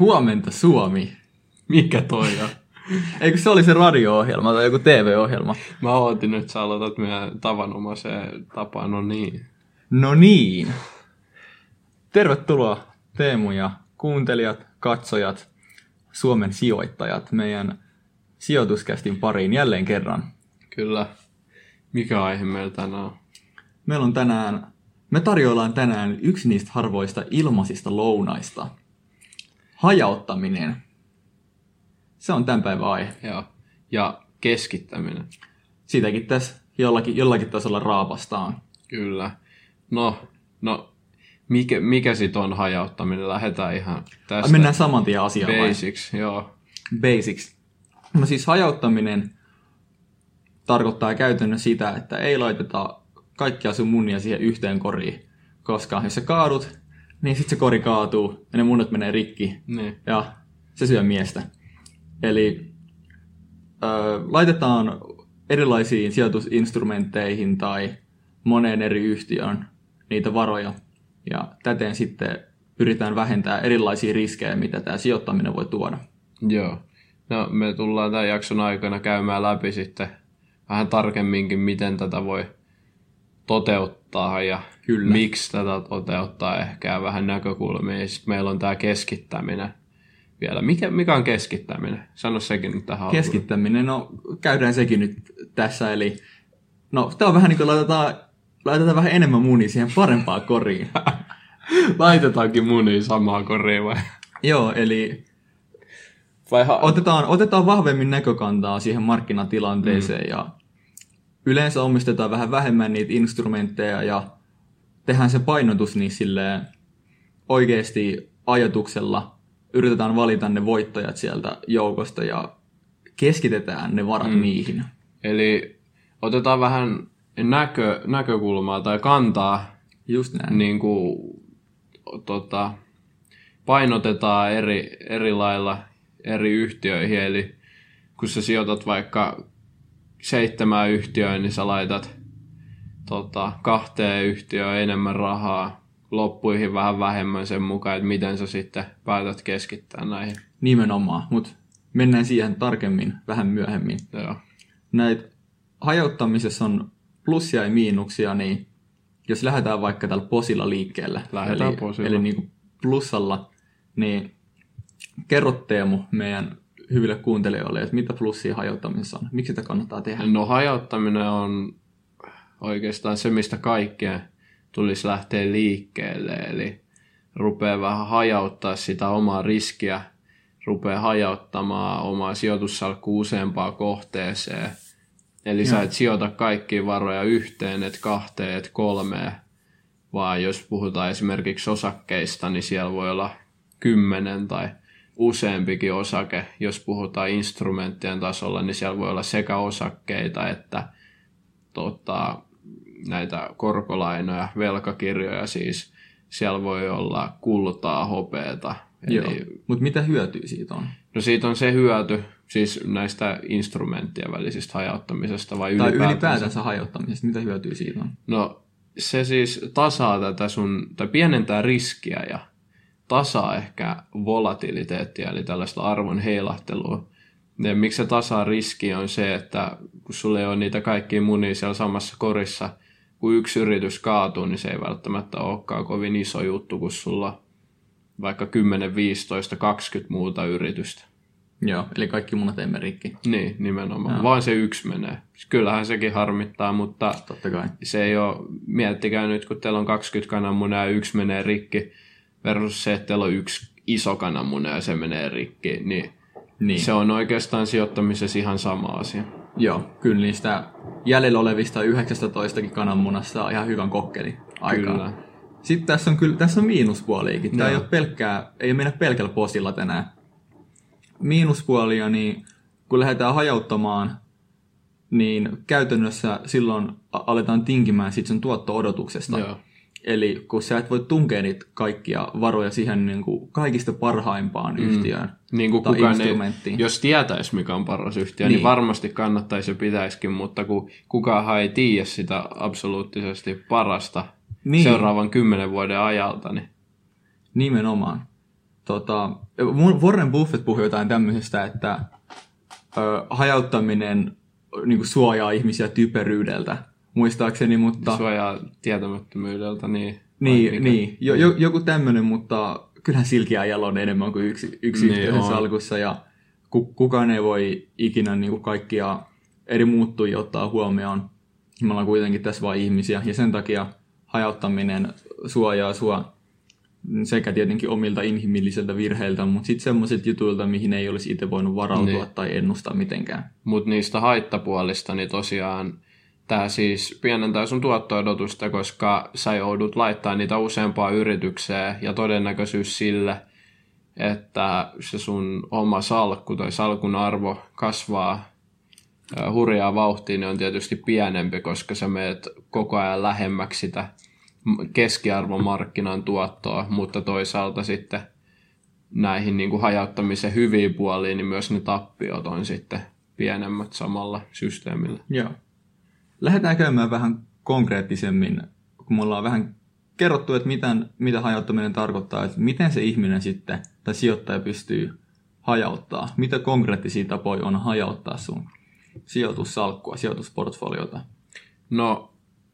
Huomenta Suomi. Mikä toi on? Eikö se oli se radio-ohjelma tai joku TV-ohjelma? Mä ootin nyt, sä aloitat meidän tavanomaiseen tapaan, no niin. No niin. Tervetuloa Teemu ja kuuntelijat, katsojat, Suomen sijoittajat meidän sijoituskästin pariin jälleen kerran. Kyllä. Mikä aihe meillä tänään on? Me tarjoillaan tänään yksi niistä harvoista ilmaisista lounaista. Hajauttaminen. Se on tämän päivän aihe. Joo. Ja keskittäminen. Siitäkin tässä jollakin tasolla raapastaan. Kyllä. No, mikä sit on hajauttaminen? Lähdetään ihan tästä. Mennään saman tien asiaan. Basics, joo. Basics. No siis hajauttaminen tarkoittaa käytännössä sitä, että ei laiteta kaikkia sun munia siihen yhteen koriin. Koska jos sä kaadut, niin sit se kori kaatuu ja ne munat menee rikki. Niin. Ja se syö miestä. Eli laitetaan erilaisiin sijoitusinstrumentteihin tai moneen eri yhtiöön niitä varoja. Ja täten sitten pyritään vähentämään erilaisia riskejä, mitä tämä sijoittaminen voi tuoda. Joo. No, me tullaan tämän jakson aikana käymään läpi sitten vähän tarkemminkin, miten tätä voi toteuttaa ja Kyllä. miksi tätä toteuttaa, ehkä vähän näkökulmia. Ja sitten meillä on tämä keskittäminen vielä. Mikä on keskittäminen? Sano sekin nyt tähän alkuun. Keskittäminen, no käydään sekin nyt tässä. Eli, no tämä on vähän niin kuin laitetaan vähän enemmän munia siihen parempaan koriin. Laitetaankin munia samaan koriin vai? Joo, eli otetaan vahvemmin näkökantaa siihen markkinatilanteeseen ja yleensä omistetaan vähän vähemmän niitä instrumentteja ja tehdään se painotus niin silleen oikeasti ajatuksella. Yritetään valita ne voittajat sieltä joukosta ja keskitetään ne varat niihin. Eli otetaan vähän näkökulmaa tai kantaa. Just näin. Niin kuin, painotetaan eri lailla eri yhtiöihin. Eli kun sä sijoitat vaikka 7 yhtiöön, niin sä laitat 2 yhtiöön enemmän rahaa, loppuihin vähän vähemmän sen mukaan, että miten sä sitten päätät keskittää näihin. Nimenomaan, mutta mennään siihen tarkemmin vähän myöhemmin. Joo. Näitä hajauttamisessa on plussia ja miinuksia, niin jos lähdetään vaikka tällä posilla liikkeelle, eli niin kuin plussalla, niin kerro Teemu meidän hyville kuuntelijoille, että mitä plussia hajauttamisessa on? Miksi sitä kannattaa tehdä? No hajauttaminen on oikeastaan se, mistä kaikkea tulisi lähteä liikkeelle, eli rupeaa vähän hajauttaa sitä omaa riskiä, rupeaa hajauttamaan omaa sijoitussalkkua useampaan kohteeseen. Eli sä et sijoita kaikkia varoja yhteen, et 2, et 3, vaan jos puhutaan esimerkiksi osakkeista, niin siellä voi olla 10 tai useampikin osake. Jos puhutaan instrumenttien tasolla, niin siellä voi olla sekä osakkeita että näitä korkolainoja, velkakirjoja siis. Siellä voi olla kultaa, hopeata. Mutta mitä hyötyä siitä on? No siitä on se hyöty, siis näistä instrumenttien välisistä hajauttamisesta vai ylipäätänsä hajauttamisesta. Mitä hyötyä siitä on? No se siis tasaa tätä tai pienentää riskiä ja tasaa ehkä volatiliteettia, eli tällaista arvon heilahtelua. Ja miksi se tasaa riskiä on se, että kun sulla ei ole niitä kaikkia munia siellä samassa korissa, kun yksi yritys kaatuu, niin se ei välttämättä olekaan kovin iso juttu, kun sulla vaikka 10, 15, 20 muuta yritystä. Joo, eli kaikki munat ei mene rikki. Niin, nimenomaan. Vaan se yksi menee. Kyllähän sekin harmittaa, mutta totta kai. Se ei ole, miettikää nyt, kun teillä on 20 kananmunaa ja yksi menee rikki, versus se, että teillä on yksi iso kananmuna ja se menee rikki, niin. Se on oikeastaan sijoittamisessa ihan sama asia. Joo, kyllä niistä jäljellä olevista 19 kananmunasta on ihan hyvän kokkeli aikaa. Kyllä. Sitten tässä on miinuspuoliakin. Tämä ei mennä pelkällä posilla tänään. Miinuspuolia, niin kun lähdetään hajauttamaan, niin käytännössä silloin aletaan tinkimään sit sen tuotto-odotuksesta. Joo. Eli kun sä et voi tunkea niitä kaikkia varoja siihen niin kuin kaikista parhaimpaan yhtiöön niin kuin tai instrumenttiin. Jos tietäisi, mikä on paras yhtiö, niin varmasti kannattaisi ja pitäisikin, mutta kun kukaan ei tiedä sitä absoluuttisesti parasta seuraavan 10 vuoden ajalta. Niin. Nimenomaan. Warren Buffett puhui jotain tämmöisestä, että hajauttaminen niin kuin suojaa ihmisiä typeryydeltä, muistaakseni, mutta... Suojaa tietämättömyydeltä, niin... Niin. Joku tämmöinen, mutta kyllähän silkiäjällä on enemmän kuin yksi yhteisessä salkussa, ja kukaan ei voi ikinä niin kuin kaikkia eri muuttujia ottaa huomioon. Me ollaan kuitenkin tässä vain ihmisiä, ja sen takia hajauttaminen suojaa sua sekä tietenkin omilta inhimilliseltä virheiltä, mutta sitten semmoiset jutuilta, mihin ei olisi itse voinut varautua tai ennustaa mitenkään. Mutta niistä haittapuolista, niin tosiaan tämä siis pienentää sun tuotto-odotusta, koska sä joudut laittaa niitä useampaan yritykseen, ja todennäköisyys sille, että se sun oma salkku tai salkun arvo kasvaa hurjaa vauhtia, niin on tietysti pienempi, koska sä meet koko ajan lähemmäksi sitä keskiarvomarkkinan tuottoa, mutta toisaalta sitten näihin niin kuin hajauttamisen hyviin puoliin, niin myös ne tappiot on sitten pienemmät samalla systeemillä. Joo. Lähdetään käymään vähän konkreettisemmin, kun me ollaan vähän kerrottu, että mitä hajauttaminen tarkoittaa, että miten se ihminen sitten tai sijoittaja pystyy hajauttaa. Mitä konkreettisia tapoja on hajauttaa sun sijoitussalkkua, sijoitusportfoliota? No,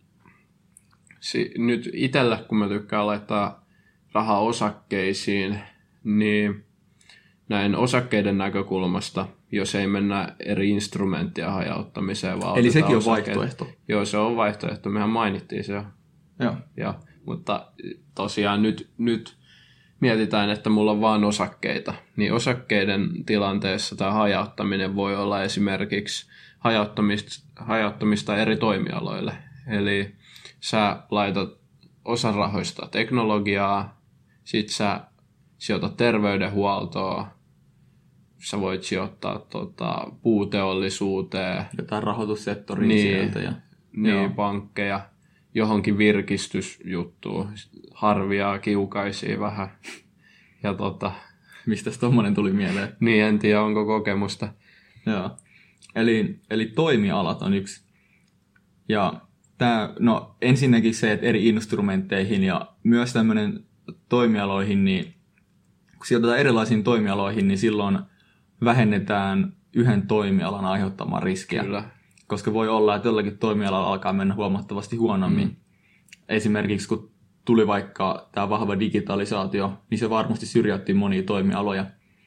nyt itsellä, kun mä tykkään laittaa rahaa osakkeisiin, niin näin osakkeiden näkökulmasta, jos ei mennä eri instrumenttia hajauttamiseen, vaan eli sekin on vaihtoehto? Joo, se on vaihtoehto. Mehän mainittiin se jo. Joo. Mutta tosiaan nyt mietitään, että mulla on vaan osakkeita. Niin osakkeiden tilanteessa tämä hajauttaminen voi olla esimerkiksi hajauttamista eri toimialoille. Eli sä laitat osan rahoista teknologiaa, sit sä sijoitat terveydenhuoltoa, sä voit sijoittaa puuteollisuuteen. Jotain rahoitussektoria sieltä. Niin, pankkeja, johonkin virkistysjuttuun, harviaa, kiukaisia vähän. Ja mistäs tommonen tuli mieleen? Niin, en tiedä, onko kokemusta. Joo. Eli toimialat on yksi. Ja ensinnäkin se, että eri instrumentteihin ja myös tämmöinen toimialoihin, niin kun sijoitetaan erilaisiin toimialoihin, niin silloin vähennetään yhden toimialan aiheuttamaa riskiä. Kyllä. Koska voi olla, että jollakin toimialalla alkaa mennä huomattavasti huonommin. Esimerkiksi kun tuli vaikka tämä vahva digitalisaatio, niin se varmasti syrjäytti monia toimialoja.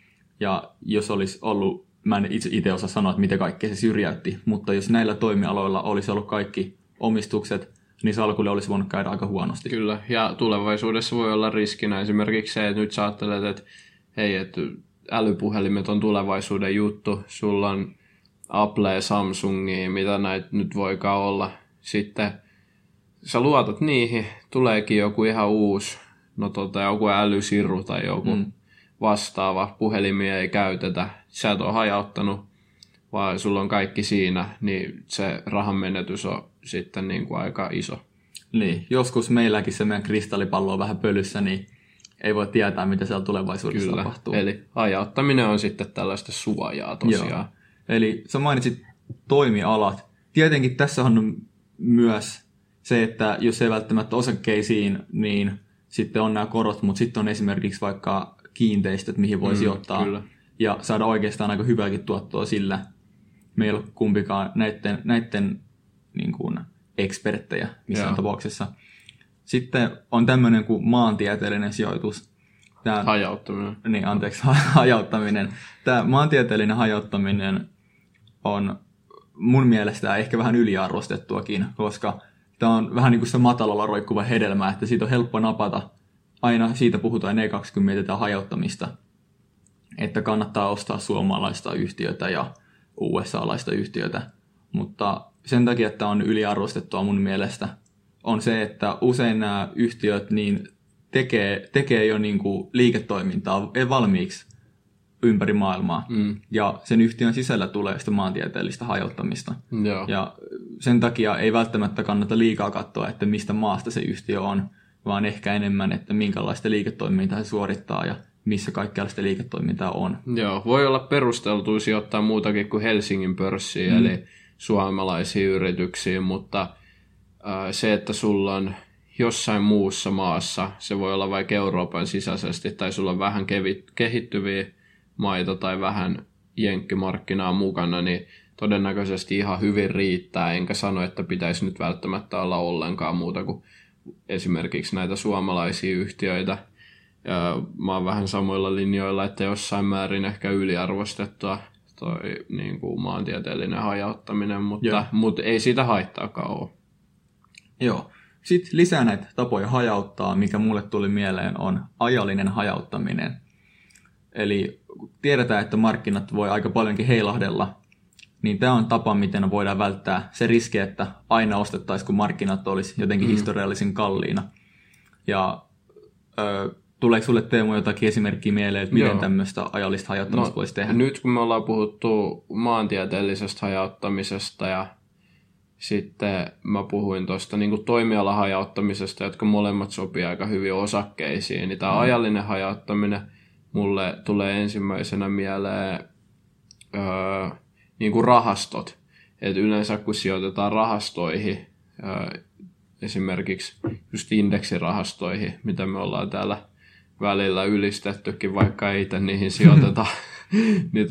Ja jos olisi ollut, mä en itse osaa sanoa, että mitä kaikkea se syrjäytti, mutta jos näillä toimialoilla olisi ollut kaikki omistukset, niin salkulle olisi voinut käydä aika huonosti. Kyllä, ja tulevaisuudessa voi olla riskinä esimerkiksi se, että nyt sä ajattelet, että hei, että älypuhelimet on tulevaisuuden juttu, sulla on Apple, Samsungia, mitä näitä nyt voikaan olla. Sitten sä luotat niihin, tuleekin joku ihan uusi, joku älysiru tai joku vastaava, puhelimia ei käytetä, sä et ole hajauttanut, vaan sulla on kaikki siinä, niin se rahan menetys on sitten niin kuin aika iso. Niin, joskus meilläkin se meidän kristallipallo on vähän pölyssä, niin ei voi tietää, mitä siellä tulevaisuudessa tapahtuu. Eli hajauttaminen on sitten tällaista suojaa tosiaan. Joo. Eli sä mainitsit toimialat. Tietenkin tässä on myös se, että jos ei välttämättä osakkeisiin, niin sitten on nämä korot, mutta sitten on esimerkiksi vaikka kiinteistöt, mihin voi sijoittaa. Kyllä. Ja saada oikeastaan aika hyvääkin tuottoa sillä. Meillä ei ole kumpikaan näiden niin kuin eksperttejä missään tapauksessa. Sitten on tämmöinen kuin maantieteellinen sijoitus. Hajauttaminen. Niin, anteeksi, hajauttaminen. Tämä maantieteellinen hajauttaminen on mun mielestä ehkä vähän yliarvostettuakin, koska tämä on vähän niin kuin se matalalla roikkuva hedelmä, että siitä on helppo napata. Aina siitä puhutaan ekaksi, kun mietitään hajauttamista, että kannattaa ostaa suomalaista yhtiötä ja USA-laista yhtiötä. Mutta sen takia, että on yliarvostettua mun mielestä, on se, että usein nämä yhtiöt niin tekee jo niin kuin liiketoimintaa valmiiksi ympäri maailmaa. Ja sen yhtiön sisällä tulee sitä maantieteellistä hajauttamista. Joo. Ja sen takia ei välttämättä kannata liikaa katsoa, että mistä maasta se yhtiö on, vaan ehkä enemmän, että minkälaista liiketoimintaa se suorittaa ja missä kaikkialaista liiketoimintaa on. Joo, voi olla perusteltua sijoittaa muutakin kuin Helsingin pörssiin, eli suomalaisiin yrityksiin, mutta se, että sulla on jossain muussa maassa, se voi olla vaikka Euroopan sisäisesti, tai sulla on vähän kehittyviä maita tai vähän jenkkimarkkinaa mukana, niin todennäköisesti ihan hyvin riittää, enkä sano, että pitäisi nyt välttämättä olla ollenkaan muuta kuin esimerkiksi näitä suomalaisia yhtiöitä. Ja mä oon vähän samoilla linjoilla, että jossain määrin ehkä yliarvostettua toi niin kuin maantieteellinen hajauttaminen, mutta ei siitä haittaakaan ole. Joo. Sitten lisää näitä tapoja hajauttaa, mikä mulle tuli mieleen, on ajallinen hajauttaminen. Eli tiedetään, että markkinat voi aika paljonkin heilahdella, niin tämä on tapa, miten voidaan välttää se riski, että aina ostettaisiin, kun markkinat olisi jotenkin historiallisen kalliina. Ja tuleeko sulle, Teemu, jotakin esimerkkiä mieleen, että miten tämmöistä ajallista hajauttamista voisi tehdä? Nyt kun me ollaan puhuttu maantieteellisestä hajauttamisesta ja sitten mä puhuin tuosta niin toimialahajauttamisesta, jotka molemmat sopii aika hyvin osakkeisiin, niin tämä ajallinen hajauttaminen mulle tulee ensimmäisenä mieleen niin kuin rahastot. Et yleensä kun sijoitetaan rahastoihin, esimerkiksi just indeksirahastoihin, mitä me ollaan täällä välillä ylistettykin, vaikka ei itse niihin sijoiteta, niin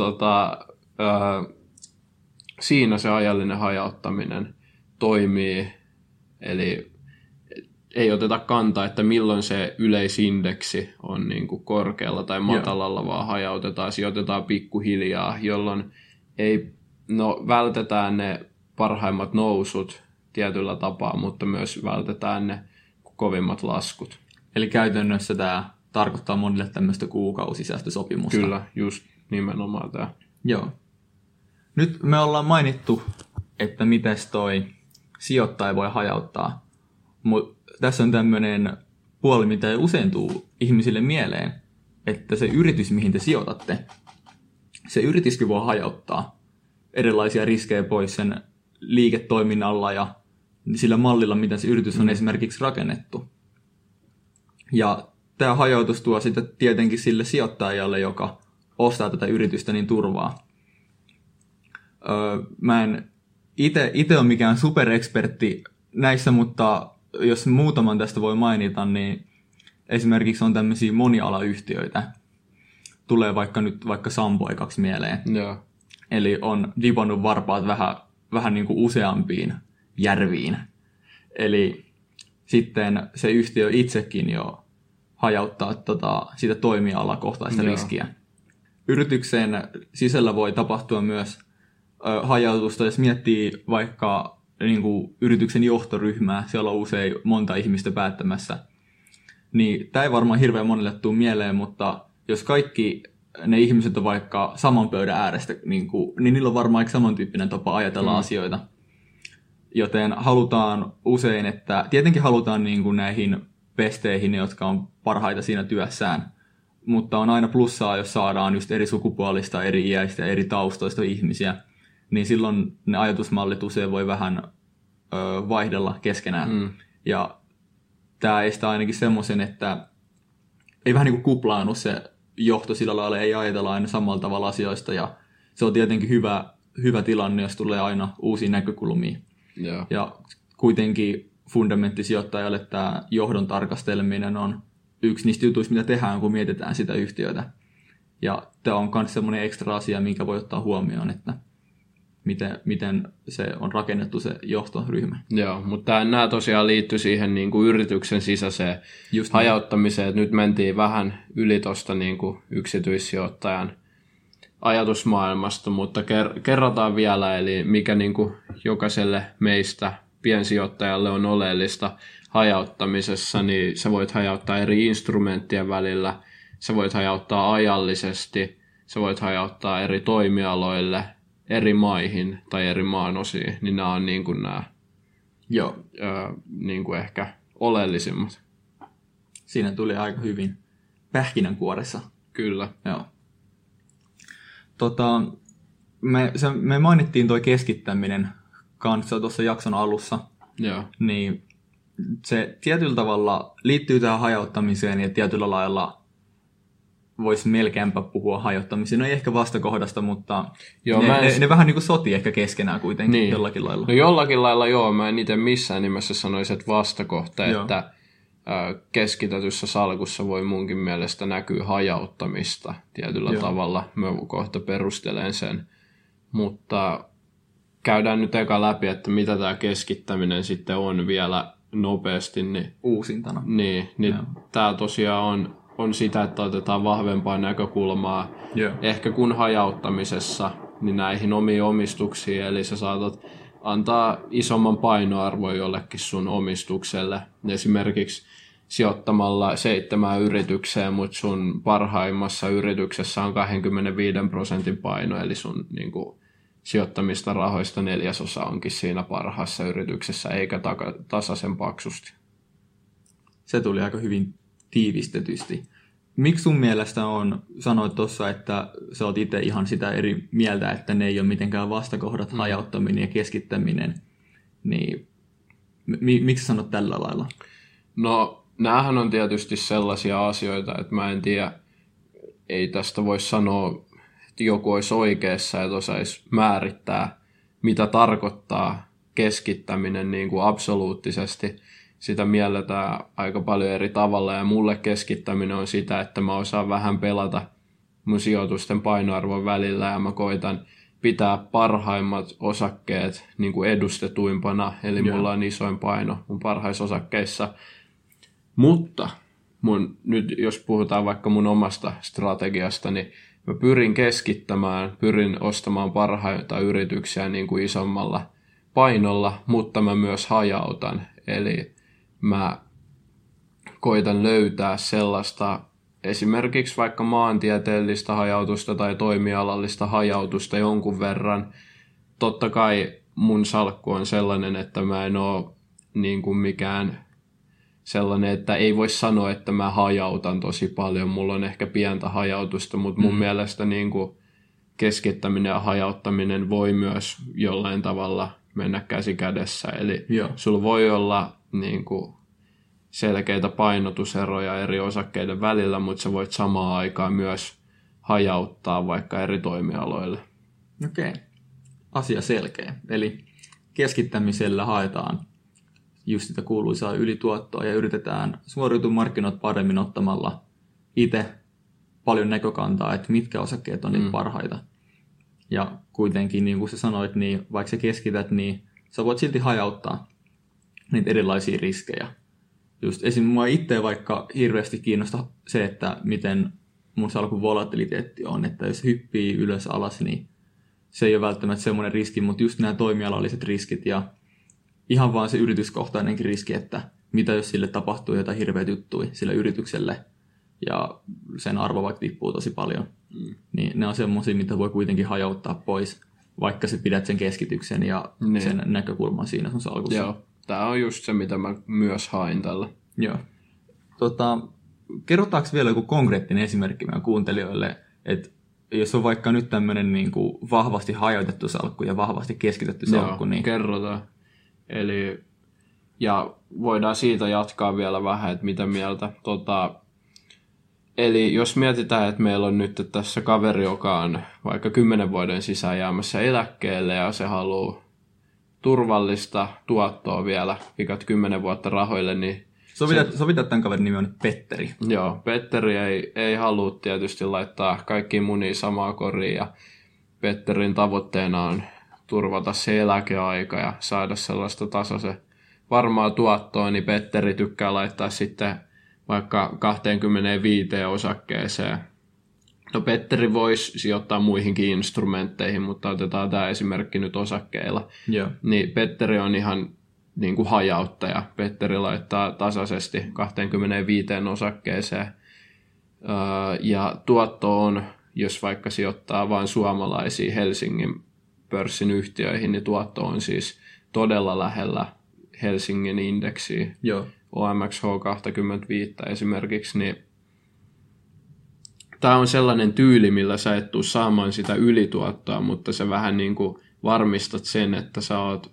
siinä se ajallinen hajauttaminen toimii. Eli ei oteta kantaa, että milloin se yleisindeksi on niin kuin korkealla tai matalalla, vaan hajautetaan, sijoitetaan pikkuhiljaa, jolloin vältetään ne parhaimmat nousut tietyllä tapaa, mutta myös vältetään ne kovimmat laskut. Eli käytännössä tämä tarkoittaa monille tämmöistä kuukausisäästösopimusta. Kyllä, just nimenomaan tämä. Joo. Nyt me ollaan mainittu, että miten toi sijoittaja voi hajauttaa, mutta tässä on tämmöinen puoli, mitä ei usein tule ihmisille mieleen, että se yritys, mihin te sijoitatte, se yrityskin voi hajauttaa erilaisia riskejä pois sen liiketoiminnalla ja sillä mallilla, mitä se yritys on esimerkiksi rakennettu. Ja tämä hajautus tuo sitten tietenkin sille sijoittajalle, joka ostaa tätä yritystä, niin turvaa. Mä en itse ole mikään superekspertti näissä, mutta jos muutaman tästä voi mainita, niin esimerkiksi on tämmöisiä monialayhtiöitä. Tulee vaikka Sampo-ekaksi mieleen. Joo. Eli on dipannut varpaat vähän niin kuin useampiin järviin. Eli sitten se yhtiö itsekin jo hajauttaa sitä toimialakohtaista riskiä. Yrityksen sisällä voi tapahtua myös hajautusta, jos miettii vaikka niin kuin yrityksen johtoryhmää, siellä on usein monta ihmistä päättämässä, niin tämä ei varmaan hirveän monelle tule mieleen, mutta jos kaikki ne ihmiset on vaikka saman pöydän äärestä, niin niillä on varmaan aika samantyyppinen tapa ajatella asioita. Joten halutaan usein, että tietenkin halutaan niin kuin näihin pesteihin, jotka on parhaita siinä työssään, mutta on aina plussaa, jos saadaan just eri sukupuolista, eri iäistä ja eri taustoista ihmisiä, niin silloin ne ajatusmallit usein voi vähän vaihdella keskenään. Ja tämä estää ainakin semmoisen, että ei vähän niin kuin kuplaannu se johto sillä lailla, ei ajatella aina samalla tavalla asioista, ja se on tietenkin hyvä tilanne, jos tulee aina uusia näkökulmia. Yeah. Ja kuitenkin fundamenttisijoittajalle tämä johdon tarkasteleminen on yksi niistä jutuista, mitä tehdään, kun mietitään sitä yhtiötä. Ja tämä on myös semmoinen ekstra asia, minkä voi ottaa huomioon, että miten se on rakennettu se johtoryhmä. Joo, mutta nämä tosiaan liittyy siihen niin kuin yrityksen sisäiseen hajauttamiseen. Että nyt mentiin vähän yli tuosta niin kuin yksityissijoittajan ajatusmaailmasta, mutta kerrotaan vielä, eli mikä niin kuin jokaiselle meistä piensijoittajalle on oleellista hajauttamisessa, niin sä voit hajauttaa eri instrumenttien välillä, sä voit hajauttaa ajallisesti, sä voit hajauttaa eri toimialoille, eri maihin tai eri maanosiin, niin nämä on niin kuin nämä niin kuin ehkä oleellisimmat. Siinä tuli aika hyvin pähkinänkuoressa. Kyllä. Joo. Me mainittiin toi keskittäminen kanssa tuossa jakson alussa. Joo. Niin se tietyllä tavalla liittyy tähän hajauttamiseen ja tietyllä lailla voisi melkeinpä puhua hajottamiseen. No ei ehkä vastakohdasta, mutta joo, ne vähän niin kuin sotii ehkä keskenään kuitenkin jollakin lailla. No jollakin lailla joo, mä en itse missään nimessä sanoisi, että vastakohta, että keskitetyssä salkussa voi munkin mielestä näkyä hajauttamista tietyllä tavalla. Mä kohta perustelen sen, mutta käydään nyt eka läpi, että mitä tämä keskittäminen sitten on vielä nopeasti. Niin, uusintana. Niin tämä tosiaan on sitä, että otetaan vahvempaa näkökulmaa. Ehkä kun hajauttamisessa niin näihin omiin omistuksiin, eli sä saatat antaa isomman painoarvon jollekin sun omistukselle. Esimerkiksi sijoittamalla 7 yritykseen, mutta sun parhaimmassa yrityksessä on 25% paino, eli sun niin kuin, sijoittamista rahoista 1/4 onkin siinä parhaassa yrityksessä, eikä tasaisen paksusti. Se tuli aika hyvin tiivistetysti. Miksi sun mielestä sanoit tuossa, että sä oot itse ihan sitä eri mieltä, että ne ei ole mitenkään vastakohdat, hajauttaminen ja keskittäminen, niin miksi sanot tällä lailla? No, näähän on tietysti sellaisia asioita, että mä en tiedä, ei tästä voi sanoa, että joku olisi oikeassa, että osaisi määrittää, mitä tarkoittaa keskittäminen niin kuin absoluuttisesti. Sitä mielletään aika paljon eri tavalla, ja mulle keskittäminen on sitä, että mä osaan vähän pelata mun sijoitusten painoarvon välillä, ja mä koitan pitää parhaimmat osakkeet niin kuin edustetuimpana, eli mulla on isoin paino mun parhaissa osakkeissa. Mutta nyt jos puhutaan vaikka mun omasta strategiasta, niin mä pyrin keskittämään, pyrin ostamaan parhaita yrityksiä niin kuin isommalla painolla, mutta mä myös hajautan. Eli mä koitan löytää sellaista esimerkiksi vaikka maantieteellistä hajautusta tai toimialallista hajautusta jonkun verran. Totta kai mun salkku on sellainen, että mä en ole niin kuin mikään sellainen, että ei voi sanoa, että mä hajautan tosi paljon. Mulla on ehkä pientä hajautusta, mutta mun mielestä niin kuin keskittäminen ja hajauttaminen voi myös jollain tavalla mennä käsi kädessä. Eli sulla voi olla niin kuin selkeitä painotuseroja eri osakkeiden välillä, mutta sä voit samaan aikaan myös hajauttaa vaikka eri toimialoille. Okei. Asia selkeä. Eli keskittämisellä haetaan just sitä kuuluisaa ylituottoa ja yritetään suoriutua markkinat paremmin ottamalla itse paljon näkökantaa, että mitkä osakkeet on niitä parhaita. Ja kuitenkin, niin kuin sä sanoit, niin vaikka sä keskität, niin sä voit silti hajauttaa niitä erilaisia riskejä. Just esim. Mua itse vaikka hirveästi kiinnostaa se, että miten mun salkun volatiliteetti on, että jos hyppii ylös alas, niin se ei ole välttämättä semmoinen riski, mutta just nämä toimialalliset riskit ja ihan vaan se yrityskohtainenkin riski, että mitä jos sille tapahtuu jotain hirveät juttuja sille yritykselle ja sen arvo vaikka tippuu tosi paljon, niin ne on semmoisia, mitä voi kuitenkin hajauttaa pois, vaikka sä pidät sen keskityksen ja sen näkökulman siinä sun salkussa. Joo, tää on just se, mitä mä myös hain tällä. Joo. Kerrotaanko vielä joku konkreettinen esimerkki meidän kuuntelijoille, että jos on vaikka nyt tämmöinen niin kuin vahvasti hajautettu salkku ja vahvasti keskitetty salkku, niin kerrotaan. Eli, ja voidaan siitä jatkaa vielä vähän, että mitä mieltä. Eli jos mietitään, että meillä on nyt tässä kaveri, joka on vaikka 10 vuoden sisään jäämässä eläkkeelle ja se haluaa turvallista tuottoa vielä pikat 10 vuotta rahoille, niin sovitaan tämän kaverin nimi on Petteri. Joo, Petteri ei halua tietysti laittaa kaikkia munia samaa koriin ja Petterin tavoitteena on turvata se eläkeaika ja saada sellaista tasaisen varmaa tuottoa, niin Petteri tykkää laittaa sitten vaikka 25 osakkeeseen. No Petteri voisi sijoittaa muihinkin instrumentteihin, mutta otetaan tämä esimerkki nyt osakkeilla. Joo. Niin Petteri on ihan niin kuin hajauttaja. Petteri laittaa tasaisesti 25 osakkeeseen. Ja tuotto on, jos vaikka sijoittaa vain suomalaisiin Helsingin pörssin yhtiöihin, niin tuotto on siis todella lähellä Helsingin indeksiä. Joo. OMXH25 esimerkiksi, niin tämä on sellainen tyyli, millä sä et tule saamaan sitä ylituottoa, mutta sä vähän niin kuin varmistat sen, että sä oot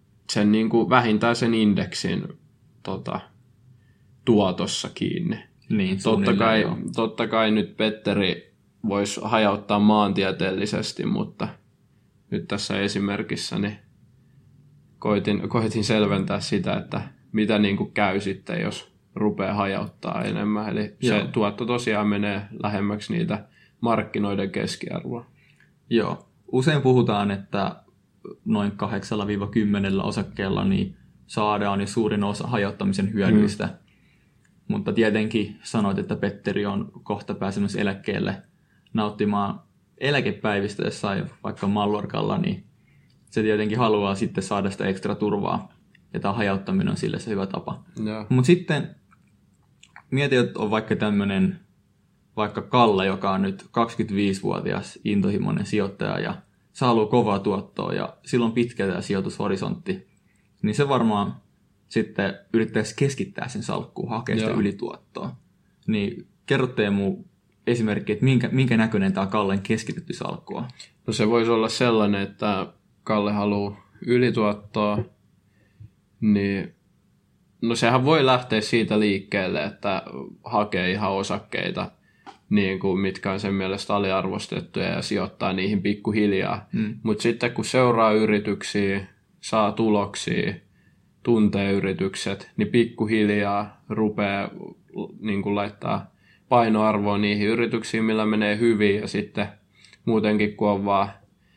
sen niin kuin vähintään sen indeksin tuotossa kiinni. Niin, totta kai nyt Petteri voisi hajauttaa maantieteellisesti, mutta nyt tässä esimerkissä niin koitin selventää sitä, että mitä niin kuin käy sitten, jos rupeaa hajauttaa enemmän. Eli se tuotto tosiaan menee lähemmäksi niitä markkinoiden keskiarvoa. Joo. Usein puhutaan, että noin 8-10 osakkeella niin saadaan jo suurin osa hajauttamisen hyödyistä. Mutta tietenkin sanoit, että Petteri on kohta pääsemässä eläkkeelle nauttimaan eläkepäivistä jossain vaikka Mallorcalla, niin se tietenkin haluaa sitten saada sitä ekstra turvaa. Ja tämä hajauttaminen on sille se hyvä tapa. Mutta sitten mietin, että on vaikka tämmöinen vaikka Kalle, joka on nyt 25-vuotias intohimoinen sijoittaja ja se haluaa kovaa tuottoa ja silloin pitkä tämä sijoitushorisontti, niin se varmaan sitten yrittäisi keskittää sen salkkuun, hakea sitä ylituottoa. Niin kerro Teemu esimerkki, että minkä näköinen tämä Kallen keskitetty salkku on? No se voisi olla sellainen, että Kalle haluaa ylituottoa, niin no sehän voi lähteä siitä liikkeelle, että hakee ihan osakkeita, niin kuin mitkä on sen mielestä aliarvostettuja ja sijoittaa niihin pikkuhiljaa. Mutta sitten kun seuraa yrityksiä, saa tuloksia, tuntee yritykset, niin pikkuhiljaa rupeaa niin kuin laittaa painoarvoa niihin yrityksiin, millä menee hyvin. Ja sitten muutenkin, kun on vaan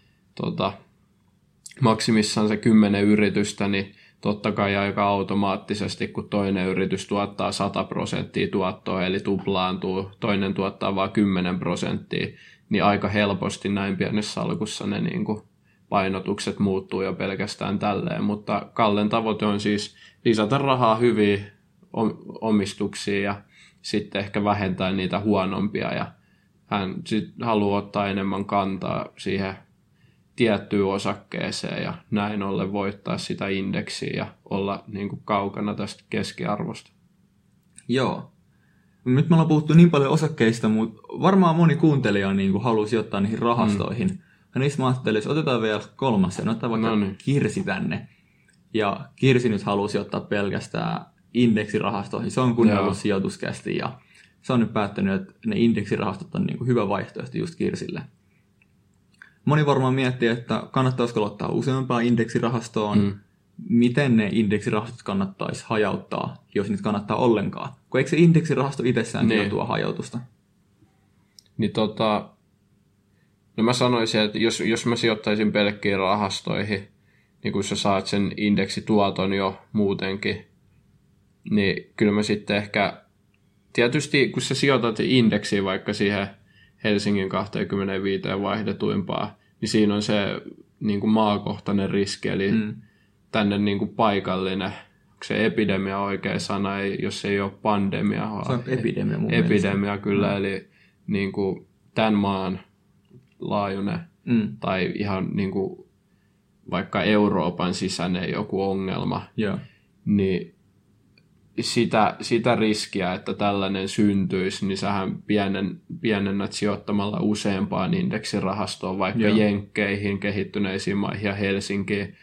maksimissaan se 10 yritystä, niin totta kai aika automaattisesti, kun toinen yritys tuottaa 100% tuottoa, eli tuplaantuu, toinen tuottaa vain 10%, niin aika helposti näin pienessä salkussa ne niin kuin painotukset muuttuu jo pelkästään tälleen. Mutta Kallen tavoite on siis lisätä rahaa hyviin omistuksiin ja sitten ehkä vähentää niitä huonompia. Ja hän sitten haluaa ottaa enemmän kantaa siihen tiettyyn osakkeeseen ja näin ollen voittaa sitä indeksiä ja olla niin kuin kaukana tästä keskiarvosta. Joo. Nyt me ollaan puhuttu niin paljon osakkeista, mutta varmaan moni kuuntelija niin kuin haluaa sijoittaa niihin rahastoihin. Ja niistä mä ajattelin, että otetaan vielä kolmas ja ottaa vaikka Kirsi tänne. Ja Kirsi nyt haluaa sijoittaa pelkästään indeksirahastoihin. Se on kuunnellut sijoituskästi ja se on nyt päättänyt, että ne indeksirahastot on niin kuin hyvä vaihtoehto just Kirsille. Moni varmaan miettii, että kannattaisiko ottaa useampaa indeksirahastoon. Miten ne indeksirahastot kannattaisi hajauttaa, jos niitä kannattaa ollenkaan? Kun eikö se indeksirahasto itsessään tuo hajautusta? Niin no mä sanoisin, että jos mä sijoittaisin pelkkiin rahastoihin, niin kun sä saat sen indeksituoton jo muutenkin, niin kyllä mä sitten ehkä, tietysti kun sä sijoitat indeksiin vaikka siihen Helsingin 25 vaihdetuimpaa, niin siinä on se niin kuin maakohtainen riski, eli tänne niin kuin paikallinen, onko se epidemia oikea sana, jos ei ole pandemia. Se on epidemia mun Epidemia mielestä. kyllä, eli niin kuin tämän maan laajuinen tai ihan niin kuin vaikka Euroopan sisäinen joku ongelma, niin sitä riskiä, että tällainen syntyisi, niin sähän pienennät sijoittamalla useampaan indeksirahastoon, vaikka Jenkkeihin, kehittyneisiin maihin ja Helsinkiin,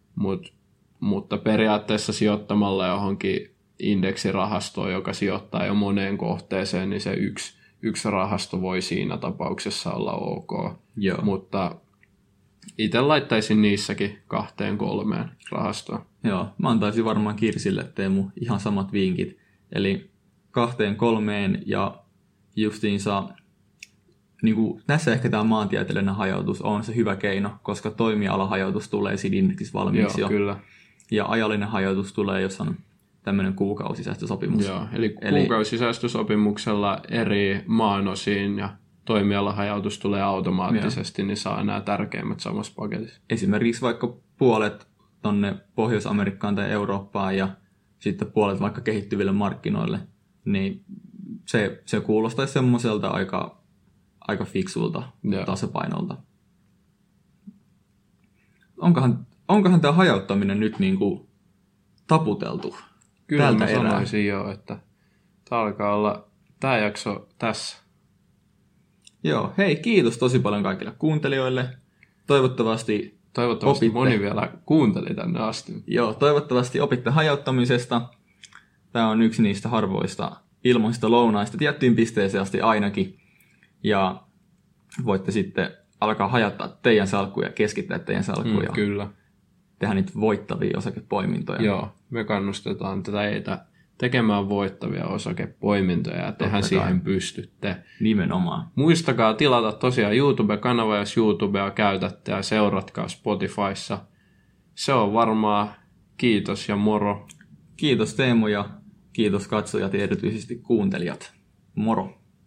mutta periaatteessa sijoittamalla johonkin indeksirahastoon, joka sijoittaa jo moneen kohteeseen, niin se yksi rahasto voi siinä tapauksessa olla ok. Mutta itse laittaisin niissäkin 2-3 rahastoon. Joo, mä antaisin varmaan Kirsille Teemu ihan samat vinkit. Eli 2-3 ja justiinsa, niin kuin, tässä ehkä tämä maantieteellinen hajautus on se hyvä keino, koska toimialahajautus tulee siinä indeksissä valmiiksi jo. Kyllä. Ja ajallinen hajautus tulee, jos on tämmöinen kuukausisäästösopimus. Joo, eli kuukausisäästösopimuksella eri maanosiin ja toimialahajautus tulee automaattisesti, niin saa nämä tärkeimmät samassa paketissa. Esimerkiksi vaikka puolet tonne Pohjois-Amerikkaan tai Eurooppaan ja sitten puolet vaikka kehittyville markkinoille, niin se kuulostaisi semmoiselta aika fiksulta tasapainolta. Onkohan tämä hajauttaminen nyt niin kuin taputeltu? Kyllä tältä mä sanoisin jo, että tämä alkaa olla tämä jakso tässä. Joo, hei, kiitos tosi paljon kaikille kuuntelijoille. Toivottavasti moni vielä kuunteli tänne asti. Joo, toivottavasti opitte hajauttamisesta. Tämä on yksi niistä harvoista ilmaisista lounaista tiettyyn pisteeseen asti ainakin. Ja voitte sitten alkaa hajattaa teidän salkkuja ja keskittää teidän salkkuja. Kyllä. Tehdä niitä voittavia osakepoimintoja. Joo, me kannustetaan teitä tekemään voittavia osakepoimintoja ja tehän siihen pystytte. Nimenomaan. Muistakaa tilata tosiaan YouTube-kanava, jos YouTubea käytätte ja seuratkaa Spotifyssa. Se on varmaan kiitos ja moro. Kiitos Teemu ja kiitos katsojat ja erityisesti kuuntelijat. Moro.